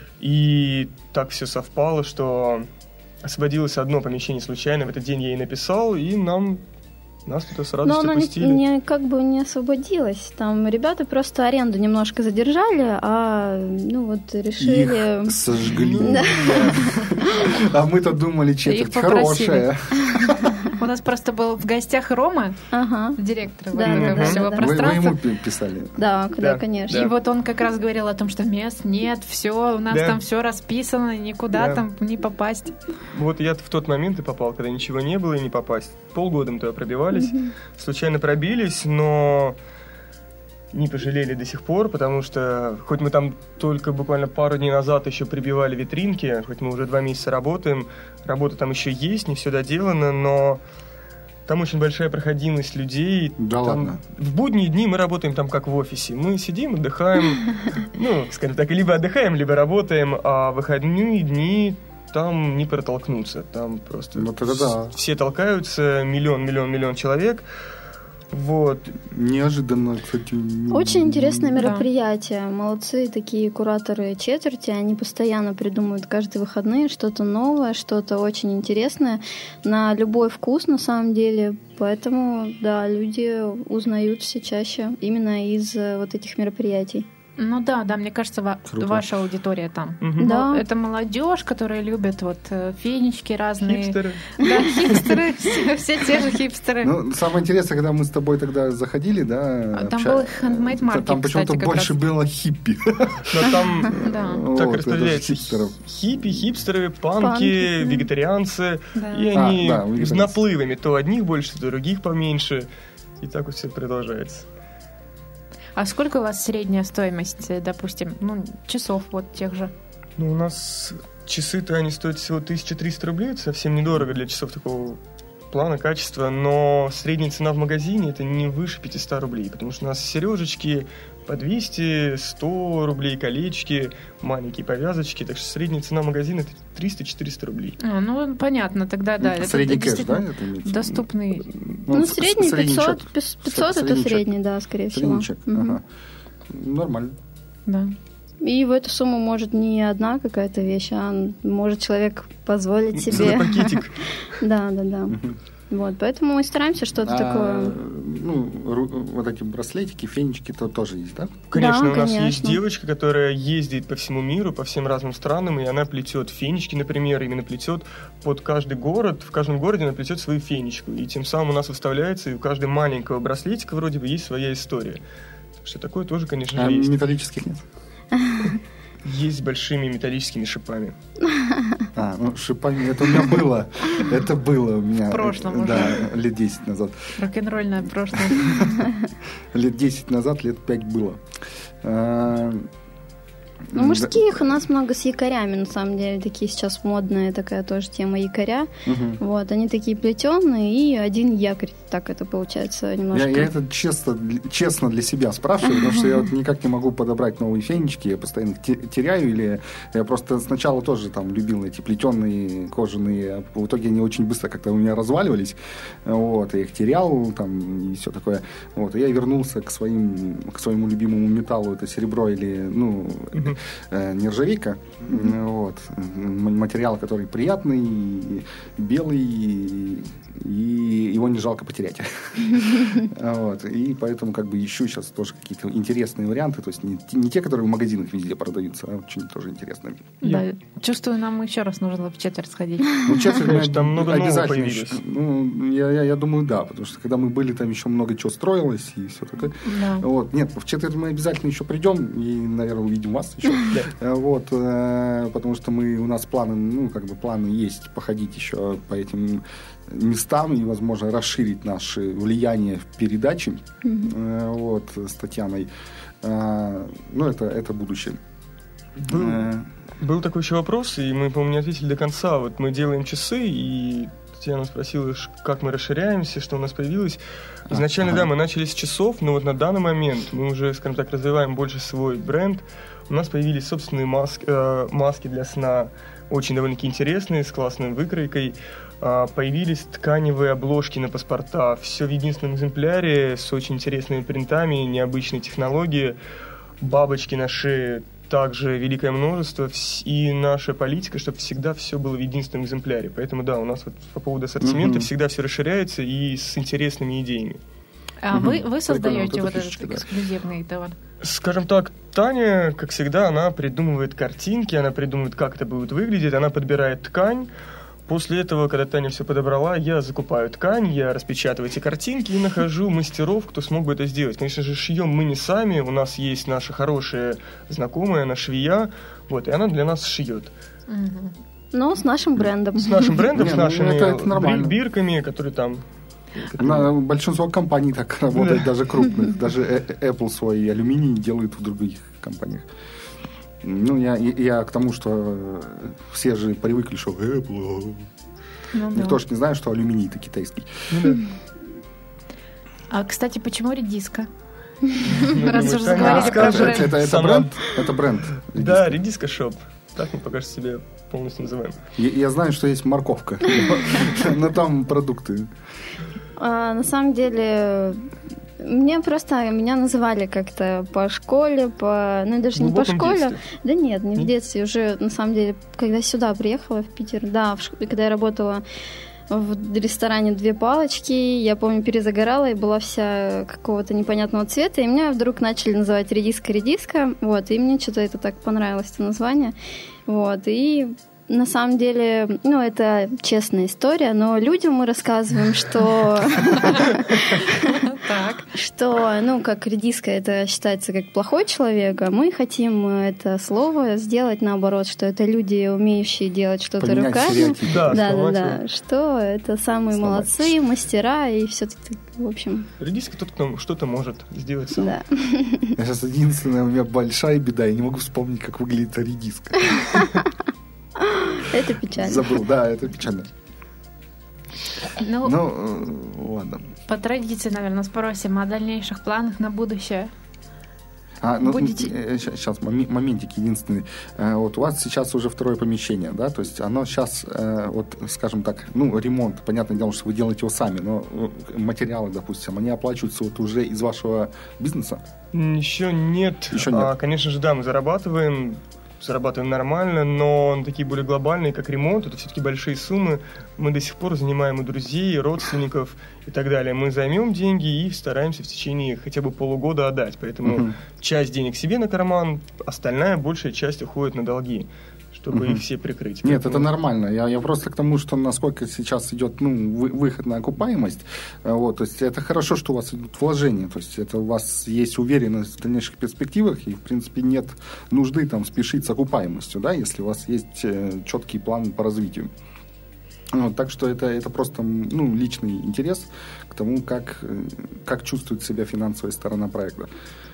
И так все совпало, что освободилось одно помещение случайно, в этот день я и написал, и нам нас туда с Но радостью оно не, пустили. не- как бы не освободилось. Там ребята просто аренду немножко задержали, а ну вот решили... Их сожгли. Да. А мы-то думали, четверть попросили. хорошая. У нас просто был в гостях Рома, Ага. директор Да, этого да, всего да, да. Вы, вы пространства. ему пи- писали. Да, да, Да, конечно. И да. вот он как раз говорил о том, что мест нет, все, у нас Да. там все расписано, никуда Да. там не попасть. Вот я в тот момент и попал, когда ничего не было и не попасть. Полгода мы туда пробивались, случайно пробились, но не пожалели до сих пор, потому что хоть мы там только буквально пару дней назад еще прибивали витринки, хоть мы уже два месяца работаем, работа там еще есть, не все доделано, но там очень большая проходимость людей. Да Там ладно? В будние дни мы работаем там как в офисе. Мы сидим, отдыхаем, ну, скажем так, либо отдыхаем, либо работаем, а в выходные дни там не протолкнуться. Там просто Вот это да. все толкаются, миллион, миллион, миллион человек. Вот. Неожиданно, кстати. Очень интересное Да. мероприятие. Молодцы такие кураторы четверти. Они постоянно придумывают каждые выходные что-то новое, что-то очень интересное на любой вкус на самом деле. Поэтому, да, люди узнают все чаще именно из э, вот этих мероприятий. Ну да, да, мне кажется, ва- Круто. ваша аудитория там. Мгм. Да. Это молодежь, которая любит вот э, фенечки разные. Хипстеры. Да, хипстеры, все, все те же хипстеры. Ну, самое интересное, когда мы с тобой тогда заходили, да, А там обща- был handmade market, Там почему-то кстати, как больше раз. было хиппи. Но там Да. Вот, так это распределяется хипстеров. хиппи, хипстеры, панки, Панки, да. вегетарианцы. Да. И А, они да, с вегетарианцы. наплывами. То одних больше, то других поменьше. И так вот все продолжается. А сколько у вас средняя стоимость, э, допустим, ну, часов вот тех же? Ну, у нас часы-то они стоят всего тысяча триста рублей. Это совсем недорого для часов такого плана, качества. Но средняя цена в магазине это не выше пятьсот рублей. Потому что у нас сережечки по двести, сто рублей, колечки, маленькие повязочки. Так что средняя цена магазина это триста-четыреста рублей. А, ну, понятно, тогда, да. это Средний кэш, да? действительно это имеется? доступный. Ну, с- средний средний пятьсот, чек. пятьсот это Средний чек. средний, да, скорее всего. Средний чек, Мгм. ага. Нормально. Да. И в эту сумму может не одна какая-то вещь, а может человек позволить Целый себе. пакетик. Да, да, да. Вот, поэтому мы стараемся что-то А, такое. ну, ру- вот эти браслетики, фенечки, то тоже есть, да? Конечно, Да, у нас есть конечно. девочка, которая ездит по всему миру, по всем разным странам, и она плетет фенечки, например, именно плетет под каждый город, в каждом городе она плетет свою фенечку, и тем самым у нас выставляется, и у каждого маленького браслетика вроде бы есть своя история. Так что такое тоже, конечно А же, есть. металлических нет? Есть с большими металлическими шипами. А, ну, шипами, это у меня было. Это было у меня. В прошлом Да, уже. лет десять назад. Рок-н-ролльное прошлое. Лет десять назад, лет пять было. А, Ну, мужских у нас много с якорями, на самом деле, такие сейчас модные, такая тоже тема якоря. Мгм. Вот, они такие плетеные, и один якорь, так это получается Я, немножко. я это честно, честно для себя спрашиваю, потому что я вот никак не могу подобрать новые фенечки, я постоянно их те- теряю, или я просто сначала тоже там любил эти плетеные кожаные, а в итоге они очень быстро как-то у меня разваливались, вот, я их терял там и все такое, вот, и я вернулся к своим, к своему любимому металлу, это серебро или, ну, э, нержавейка, вот, м- материал, который приятный, белый, и его не жалко потерять. Вот. И поэтому как бы ищу сейчас тоже какие-то интересные варианты, то есть не, не те, которые в магазинах везде продаются, а очень тоже интересные. Да, чувствую, нам еще раз нужно в четверть сходить. Ну, честно говоря, Конечно, там много нового обязательно появилось. еще- Ну, я, я, я думаю, да, потому что когда мы были, там еще много чего строилось и все такое. Да. Вот. Нет, в четверть мы обязательно еще придем и, наверное, увидим вас еще. Э, Вот, э, потому что мы, у нас планы, ну, как бы планы есть походить еще по этим местам и, возможно, расширить наше влияние в передаче э, вот, с Татьяной. Э, Ну, это, это будущее. Был, Э, был такой еще вопрос, и мы, по-моему, не ответили до конца. Вот мы делаем часы, и Татьяна спросила, ш- как мы расширяемся, что у нас появилось. Изначально, Ага. да, мы начали с часов, но вот на данный момент мы уже, скажем так, развиваем больше свой бренд. У нас появились собственные маски, э, маски для сна, очень довольно-таки интересные, с классной выкройкой. А, появились тканевые обложки на паспорта. Все в единственном экземпляре, с очень интересными принтами, необычной технологией. Бабочки на шее также великое множество. Вс- И наша политика, чтобы всегда все было в единственном экземпляре. Поэтому, да, у нас вот по поводу ассортимента Мгм. всегда все расширяется и с интересными идеями. А Мгм. вы, вы Прикольно, создаете вот это вот этот фишечка, да. эксклюзивный товар? Скажем так, Таня, как всегда, она придумывает картинки, она придумывает, как это будет выглядеть, она подбирает ткань. После этого, когда Таня все подобрала, я закупаю ткань, я распечатываю эти картинки и нахожу мастеров, кто смог бы это сделать. Конечно же, шьем мы не сами, у нас есть наша хорошая знакомая, она швея, вот, и она для нас шьет. Мгм. Но с нашим брендом. С нашим брендом, Не, с ну, нашими это- это нормально. бир- бирками, которые там... На- большинство компаний так работает, даже крупных. Даже э- Apple свой алюминий делает в других компаниях. Ну, я, я к тому, что все же привыкли, что Apple. Ну, да. Никто же не знает, что алюминий-то китайский. А, кстати, почему редиска? Ну, Раз думаю, уж Таня заговорили про расскажет. бренд. Это, это Сама. бренд? Это бренд. Да, редиска шоп. Так мы пока что себе полностью называем. Я, я знаю, что есть морковка, но там продукты. А, на самом деле, мне просто, меня называли как-то по школе, по, ну даже В не по глубоком школе, детстве. да нет, не в Нет? детстве, уже на самом деле, когда сюда приехала в Питер, да, в ш- когда я работала в ресторане «Две палочки». Я помню, перезагорала и была вся какого-то непонятного цвета. И меня вдруг начали называть «Редиска-редиска». Вот, и мне что-то это так понравилось, это название. Вот, и... На самом деле, ну, это честная история, но людям мы рассказываем, что... Что, ну, как редиска, это считается как плохой человек, а мы хотим это слово сделать наоборот, что это люди, умеющие делать что-то руками. Да, да, да, да. Что это самые молодцы, мастера, и все-таки, в общем... Редиска тот, кто что-то может сделать сам. Да. Я сейчас единственная, у меня большая беда, я не могу вспомнить, как выглядит редиска. Это печально. Забыл, да, это печально. Ну, ну ладно. По традиции, наверное, спросим о дальнейших планах на будущее. А, ну, Будете... Сейчас, моментик единственный. Вот у вас сейчас уже второе помещение, да? То есть оно сейчас, вот, скажем так, ну, ремонт, понятное дело, что вы делаете его сами, но материалы, допустим, они оплачиваются вот уже из вашего бизнеса? Еще нет. Еще нет. А, конечно же, да, мы зарабатываем. зарабатываем нормально, но на такие более глобальные, как ремонт, это все-таки большие суммы. Мы до сих пор занимаем и друзей, и родственников, и так далее. Мы займем деньги и стараемся в течение хотя бы полугода отдать. Поэтому uh-huh. часть денег себе на карман, остальная большая часть уходит на долги, чтобы uh-huh. их все прикрыть. Нет, Поэтому... это нормально. Я, я просто к тому, что насколько сейчас идет ну, вы, выход на окупаемость, вот, то есть это хорошо, что у вас идут вложения, то есть это у вас есть уверенность в дальнейших перспективах, и, в принципе, нет нужды там спешить с окупаемостью, да, если у вас есть э, четкий план по развитию. Вот, так что это, это просто ну, личный интерес к тому, как, как чувствует себя финансовая сторона проекта.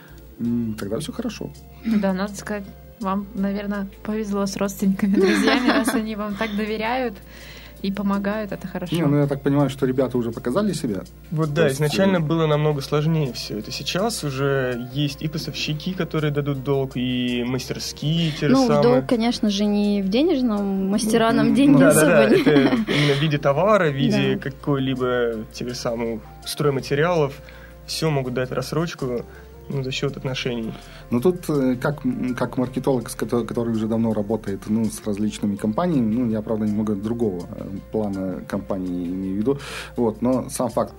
Тогда все хорошо. Да, надо сказать, вам, наверное, повезло с родственниками, друзьями, раз они вам так доверяют и помогают, это хорошо. Не, ну я так понимаю, что ребята уже показали себя. Вот да, изначально было намного сложнее все это. Сейчас уже есть и поставщики, которые дадут долг, и мастерские те же ну, самые. Ну, долг, конечно же, не в денежном, мастера нам деньги да, особо да, да, не... это именно в виде товара, в виде да. какой-либо тех же самых стройматериалов. Все могут дать рассрочку. Ну, за счет отношений. Ну, тут, как, как маркетолог, который уже давно работает ну, с различными компаниями, ну, я, правда, немного другого плана компании имею в виду, вот, но сам факт,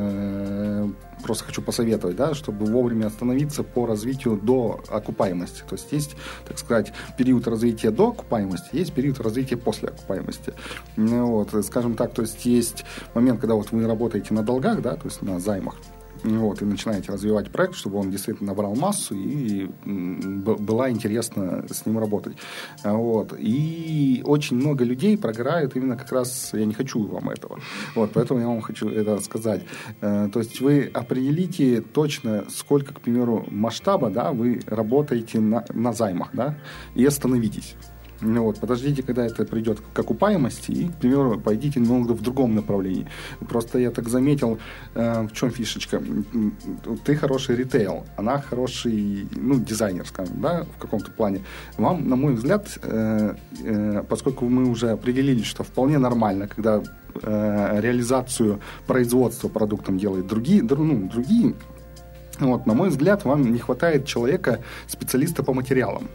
э, просто хочу посоветовать, да, чтобы вовремя остановиться по развитию до окупаемости. То есть есть, так сказать, период развития до окупаемости, есть период развития после окупаемости. Вот, скажем так, то есть есть момент, когда вот вы работаете на долгах, да, то есть на займах, вот, и начинаете развивать проект, чтобы он действительно набрал массу и было интересно с ним работать. Вот. И очень много людей прогорают именно как раз, я не хочу вам этого. Вот, поэтому я вам хочу это сказать. То есть вы определите точно, сколько, к примеру, масштаба, да, вы работаете на, на займах, да, и остановитесь. Ну вот, подождите, когда это придет к окупаемости, и, к примеру, пойдите немного в другом направлении. Просто я так заметил, э, в чем фишечка. Ты хороший ритейл, она хороший, ну, дизайнер, скажем, да, в каком-то плане. Вам, на мой взгляд, э, э, поскольку мы уже определили, что вполне нормально, когда э, реализацию производства продуктом делают другие, ну, другие, вот, на мой взгляд, вам не хватает человека, специалиста по материалам.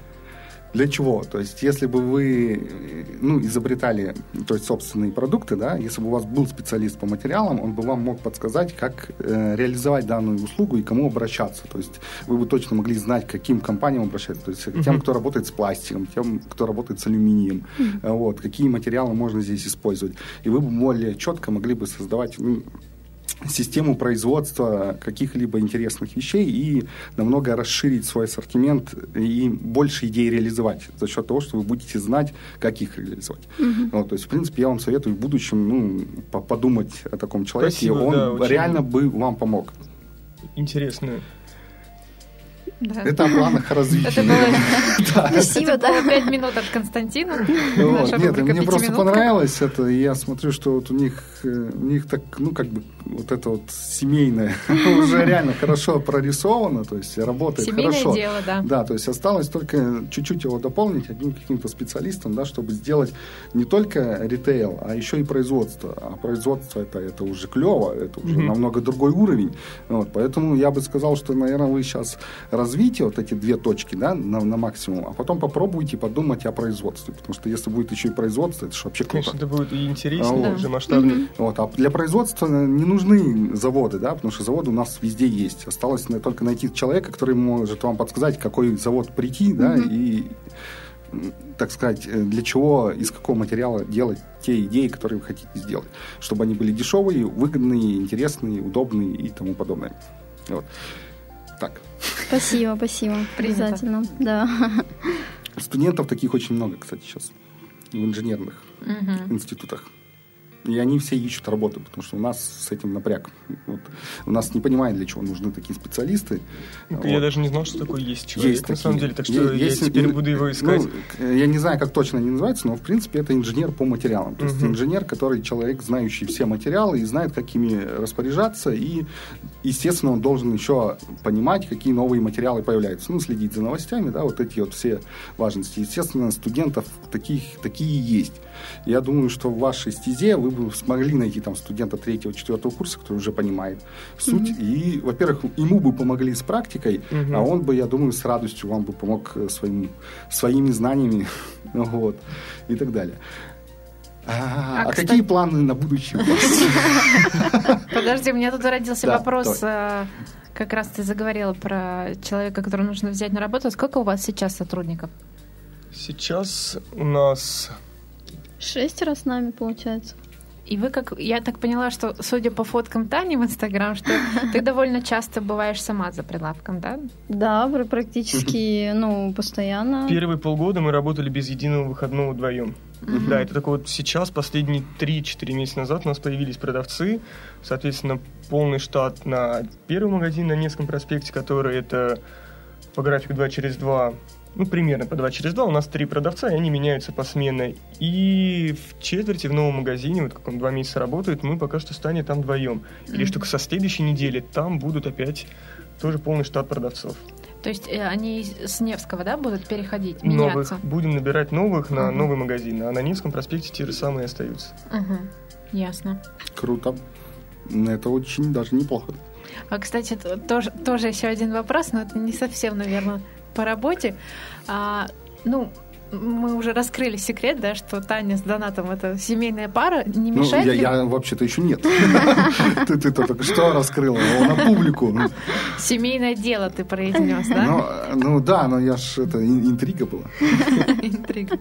Для чего? То есть, если бы вы ну, изобретали то есть, собственные продукты, да, если бы у вас был специалист по материалам, он бы вам мог подсказать, как э, реализовать данную услугу и кому обращаться. То есть, вы бы точно могли знать, к каким компаниям обращаться. То есть, uh-huh. тем, кто работает с пластиком, тем, кто работает с алюминием. Uh-huh. Вот, какие материалы можно здесь использовать. И вы бы более четко могли бы создавать... Ну, систему производства каких-либо интересных вещей и намного расширить свой ассортимент и больше идей реализовать за счет того, что вы будете знать, как их реализовать. Mm-hmm. Вот, то есть, в принципе, я вам советую в будущем ну, подумать о таком человеке, Спасибо, он да, очень... реально бы вам помог. Интересно. Да. Это о планах развития. Это было... Спасибо, да. Пять минут от Константина. Вот. Нет, мне просто понравилось это, и я смотрю, что вот у них, у них так, ну, как бы, вот это вот семейное уже реально хорошо прорисовано, то есть работает семейное хорошо. Семейное дело, да. Да, то есть осталось только чуть-чуть его дополнить одним каким-то специалистом, да, чтобы сделать не только ритейл, а еще и производство. А производство это, это уже клево, это уже mm-hmm. намного другой уровень. Вот, поэтому я бы сказал, что, наверное, вы сейчас раз развейте вот эти две точки, да, на, на максимум, а потом попробуйте подумать о производстве, потому что если будет еще и производство, это же вообще круто. Конечно, это будет и интереснее, а, даже масштабнее. Mm-hmm. Вот, а для производства не нужны заводы, да, потому что заводы у нас везде есть. Осталось только найти человека, который может вам подсказать, какой завод прийти, да, mm-hmm. и, так сказать, для чего, из какого материала делать те идеи, которые вы хотите сделать, чтобы они были дешевые, выгодные, интересные, удобные и тому подобное. Вот. Так. Спасибо, спасибо. Обязательно, да. Студентов таких очень много, кстати, сейчас в инженерных угу. институтах. И они все ищут работу, потому что у нас с этим напряг. Вот. У нас не понимают, для чего нужны такие специалисты. Я вот. даже не знал, что такой есть человек, есть на такие. самом деле. Так что есть, я теперь буду его искать. Ну, я не знаю, как точно они называются, но, в принципе, это инженер по материалам. То есть угу. инженер, который человек, знающий все материалы и знает, как ими распоряжаться. И, естественно, он должен еще понимать, какие новые материалы появляются. Ну, следить за новостями, да, вот эти вот все важности. Естественно, студентов таких, такие есть. Я думаю, что в вашей стезе вы бы смогли найти там студента третьего, четвертого курса, который уже понимает суть. Mm-hmm. И, во-первых, ему бы помогли с практикой, mm-hmm. а он бы, я думаю, с радостью вам бы помог своим, своими знаниями вот, и так далее. А, а, а какие планы на будущее у вас? Подожди, у меня тут родился вопрос. Как раз ты заговорила про человека, которого нужно взять на работу. Сколько у вас сейчас сотрудников? Сейчас у нас... Шестеро с нами, получается. И вы, как я так поняла, что, судя по фоткам Тани в Инстаграм, что ты довольно часто бываешь сама за прилавком, да? Да, практически, ну, постоянно. Первые полгода мы работали без единого выходного вдвоем. Uh-huh. Да, это только вот сейчас, последние три-четыре месяца назад у нас появились продавцы, соответственно, полный штат на первый магазин на Невском проспекте, который это по графику два через два. Ну, примерно по два через два. У нас три продавца, и они меняются посменно. И в четверти в новом магазине, вот как он два месяца работает, мы пока что станем там вдвоем. И лишь mm-hmm. только со следующей недели там будут опять тоже полный штат продавцов. То есть э, они с Невского, да, будут переходить, меняться? Новых. Будем набирать новых на uh-huh. новый магазин. А на Невском проспекте те же самые остаются. Uh-huh. Ясно. Круто. Это очень даже неплохо. А, кстати, тоже, тоже еще один вопрос, но это не совсем, наверное, по работе. А, ну, мы уже раскрыли секрет, да, что Таня с Донатом — это семейная пара. Не мешает ну, ли... я, я вообще-то еще нет. Ты только что раскрыла на публику. Семейное дело ты произнес, да? Ну да, но я ж... Это интрига была. Интрига.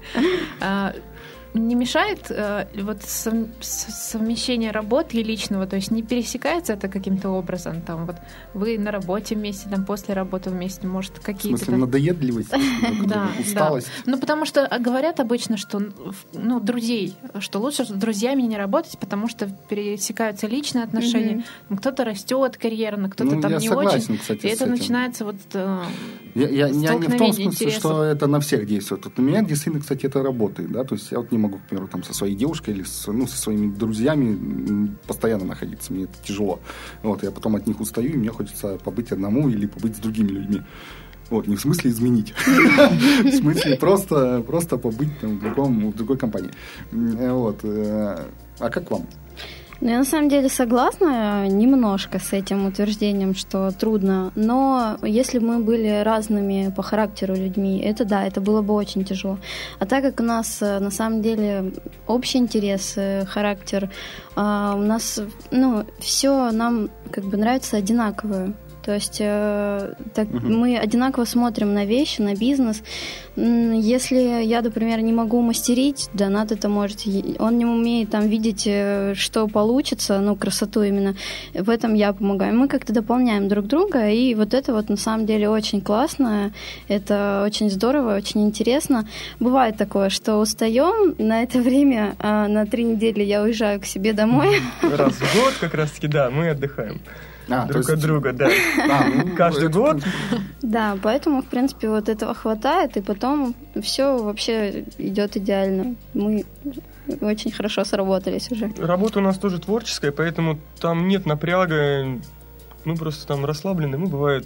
Не мешает э, вот сов- совмещение работы и личного, то есть не пересекается это каким-то образом, там вот вы на работе вместе, там после работы вместе, может какие-то... В смысле, надоедливость, усталость? Ну, потому что говорят обычно, что, ну, друзей, что лучше с друзьями не работать, потому что пересекаются личные отношения, кто-то растет карьерно, кто-то там не очень, и это начинается вот Я не в том смысле, что это на всех действует. На меня действительно, кстати, это работает, да, то есть я вот не могу, к примеру, там, со своей девушкой или с, ну, со своими друзьями постоянно находиться. Мне это тяжело. Вот, я потом от них устаю, и мне хочется побыть одному или побыть с другими людьми. Вот, не в смысле изменить. В смысле просто, просто побыть там, в, другом, в другой компании. Вот. А как вам? Ну, я на самом деле согласна немножко с этим утверждением, что трудно, но если бы мы были разными по характеру людьми, это да, это было бы очень тяжело. А так как у нас на самом деле общий интерес, характер, у нас, ну, все нам как бы нравится одинаковое. То есть э, так, uh-huh. мы одинаково смотрим на вещи, на бизнес. Если я, например, не могу мастерить, Донат это может, он не умеет там видеть, что получится, ну, красоту именно. В этом я помогаю. Мы как-то дополняем друг друга, и вот это вот на самом деле очень классно, это очень здорово, очень интересно. Бывает такое, что устаем, на это время, на три недели я уезжаю к себе домой. Раз в год как раз-таки, да, мы отдыхаем. А, друг есть... от друга, да. А, ну, каждый это... год. Да, поэтому, в принципе, вот этого хватает, и потом все вообще идет идеально. Мы очень хорошо сработались уже. Работа у нас тоже творческая, поэтому там нет напряга. Мы просто там расслаблены. Мы, бывает,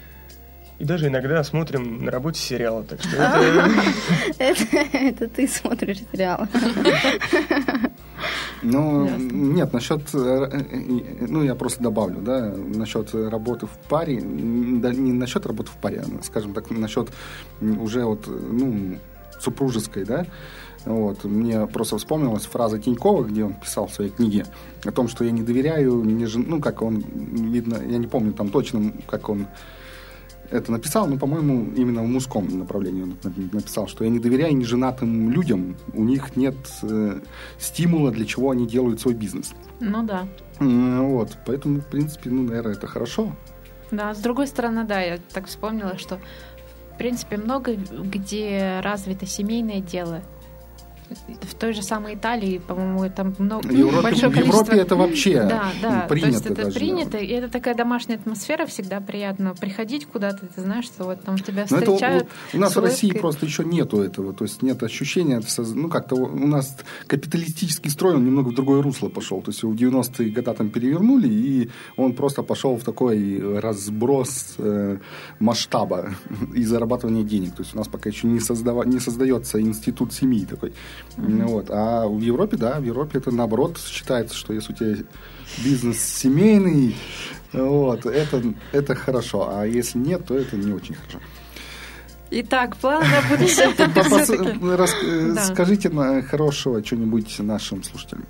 и даже иногда смотрим на работе сериалы. Так что это... Это ты смотришь сериалы. Ну, Ясно. нет, насчет, ну, я просто добавлю, да, насчет работы в паре, да, не насчет работы в паре, а, скажем так, насчет уже вот, ну, супружеской, да, вот, мне просто вспомнилась фраза Тинькова, где он писал в своей книге о том, что я не доверяю, не жен... ну, как он, видно, я не помню там точно, как он это написал, но, по-моему, именно в мужском направлении он написал, что я не доверяю неженатым людям, у них нет э, стимула, для чего они делают свой бизнес. Ну да. Вот, поэтому, в принципе, ну, наверное, это хорошо. Да, с другой стороны, да, я так вспомнила, что, в принципе, много где развито семейное дело. В той же самой Италии, по-моему, там много, в Европе, большое в количество... Европе это вообще да, да, принято. То есть это даже, принято, да. и это такая домашняя атмосфера, всегда приятно приходить куда-то, ты знаешь, что вот там тебя Но встречают. Это, у нас в России улыбкой. просто еще нету этого, то есть нет ощущения, ну как-то у нас капиталистический строй, он немного в другое русло пошел, то есть его в девяностые годы там перевернули, и он просто пошел в такой разброс э, масштаба и зарабатывания денег, то есть у нас пока еще не, создава, не создается институт семьи такой. Mm-hmm. Вот. А в Европе, да, в Европе это наоборот считается, что если у тебя бизнес семейный, вот, это, это хорошо, а если нет, то это не очень хорошо. Итак, план на будущее. Скажите хорошего что-нибудь нашим слушателям.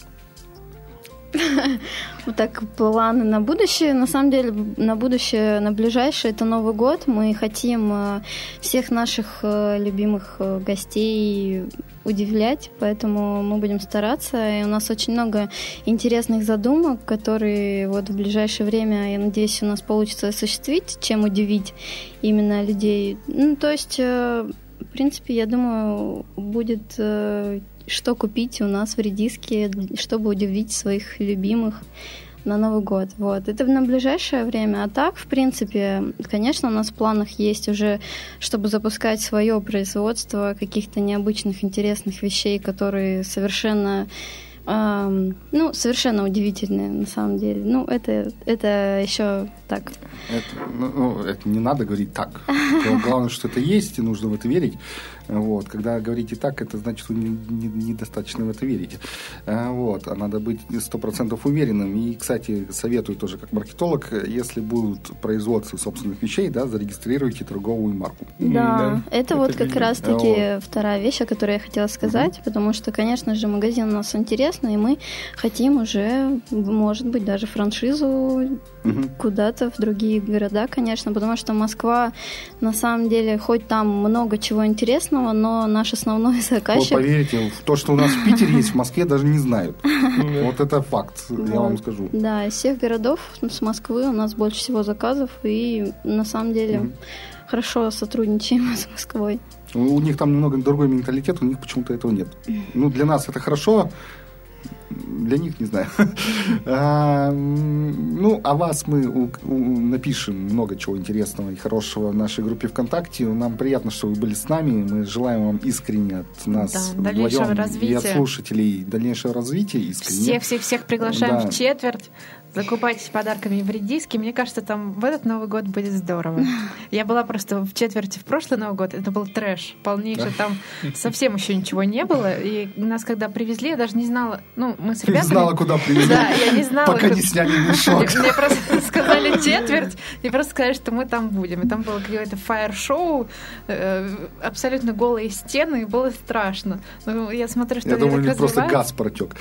Вот так, планы на будущее. На самом деле, на будущее, на ближайшее, это Новый год. Мы хотим всех наших любимых гостей удивлять, поэтому мы будем стараться. И у нас очень много интересных задумок, которые вот в ближайшее время, я надеюсь, у нас получится осуществить, чем удивить именно людей. Ну, то есть, в принципе, я думаю, будет что купить у нас в Редиске, чтобы удивить своих любимых на Новый год. Вот. Это на ближайшее время. А так, в принципе, конечно, у нас в планах есть уже, чтобы запускать свое производство каких-то необычных, интересных вещей, которые совершенно эм, ну, совершенно удивительные на самом деле. Ну, это, это еще так. Это, ну, это не надо говорить так. Главное, что это есть, и нужно в это верить. Вот. Когда говорите так, это значит, вы недостаточно не, не в это верите. Вот. А надо быть сто процентов уверенным. И, кстати, советую тоже как маркетолог, если будут производство собственных вещей, да, зарегистрируйте торговую марку. Да, да. это, это вот как раз-таки вот. Вторая вещь, о которой я хотела сказать, угу. потому что, конечно же, магазин у нас интересный, и мы хотим уже, может быть, даже франшизу угу. куда-то в другие города, конечно, потому что Москва, на самом деле, хоть там много чего интересного, но наш основной заказчик... Вот поверьте, то, что у нас в Питере есть, в Москве даже не знают. Вот это факт, я вам скажу. Да, из всех городов с Москвы у нас больше всего заказов, и на самом деле хорошо сотрудничаем с Москвой. У них там немного другой менталитет, у них почему-то этого нет. Ну, для нас это хорошо, для них не знаю. а, ну, о вас мы у, у, напишем много чего интересного и хорошего в нашей группе ВКонтакте. Нам приятно, что вы были с нами. Мы желаем вам искренне от нас да, вдвоем и от слушателей дальнейшего развития. Искренне. Всех-всех-всех приглашаем да. в четверть. Закупайтесь подарками в Редиске. Мне кажется, там в этот Новый год будет здорово. Я была просто в четверти в прошлый Новый год. Это был трэш полнейший. Там совсем еще ничего не было. И нас, когда привезли, я даже не знала... Ну, мы с ребятами... Ты знала, куда привезли? Да, я не знала. Пока не сняли мешок. Мне просто сказали четверть, и просто сказали, что мы там будем. И там было какое-то фаер-шоу, абсолютно голые стены, и было страшно. Но я смотрю, что я они думаю, так у них просто развивают. газ протек.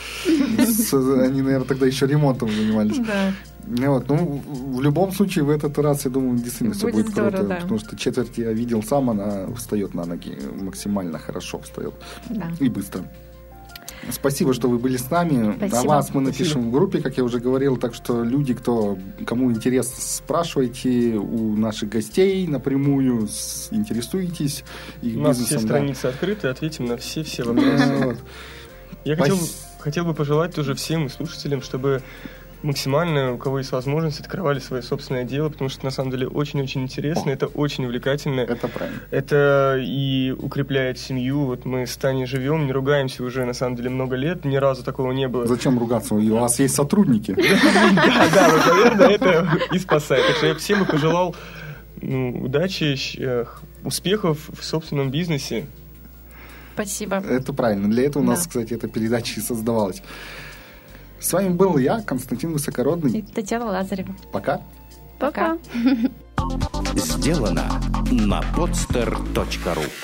Они, наверное, тогда еще ремонтом занимались. Да. Вот, ну, в любом случае, в этот раз, я думаю, действительно все будет здорово, круто. Да. Потому что четверть я видел сам, она встает на ноги максимально хорошо встает. Да. И быстро. Спасибо, что вы были с нами. Спасибо. О вас мы напишем Спасибо. в группе, как я уже говорил. Так что люди, кто, кому интересно, спрашивайте у наших гостей напрямую, интересуйтесь их У нас бизнесом. все Да. страницы открыты, ответим на все-все вопросы. Я хотел, хотел бы пожелать тоже всем слушателям, чтобы максимально, у кого есть возможность, открывали свое собственное дело, потому что на самом деле очень-очень интересно, это очень увлекательно. Это правильно. Это и укрепляет семью. Вот мы с Таней живем, не ругаемся уже на самом деле много лет, ни разу такого не было. Зачем ругаться? У вас есть сотрудники. Да, да, вот, наверное, это и спасает. Так что я всем бы пожелал удачи, успехов в собственном бизнесе. Спасибо. Это правильно. Для этого у нас, Да. кстати, эта передача и создавалась. С вами был я, Константин Высокородный. И Татьяна Лазарева. Пока. Пока. Сделано на podster точка ру.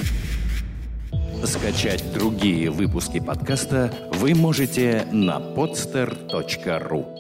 Скачать другие выпуски подкаста вы можете на podster точка ру.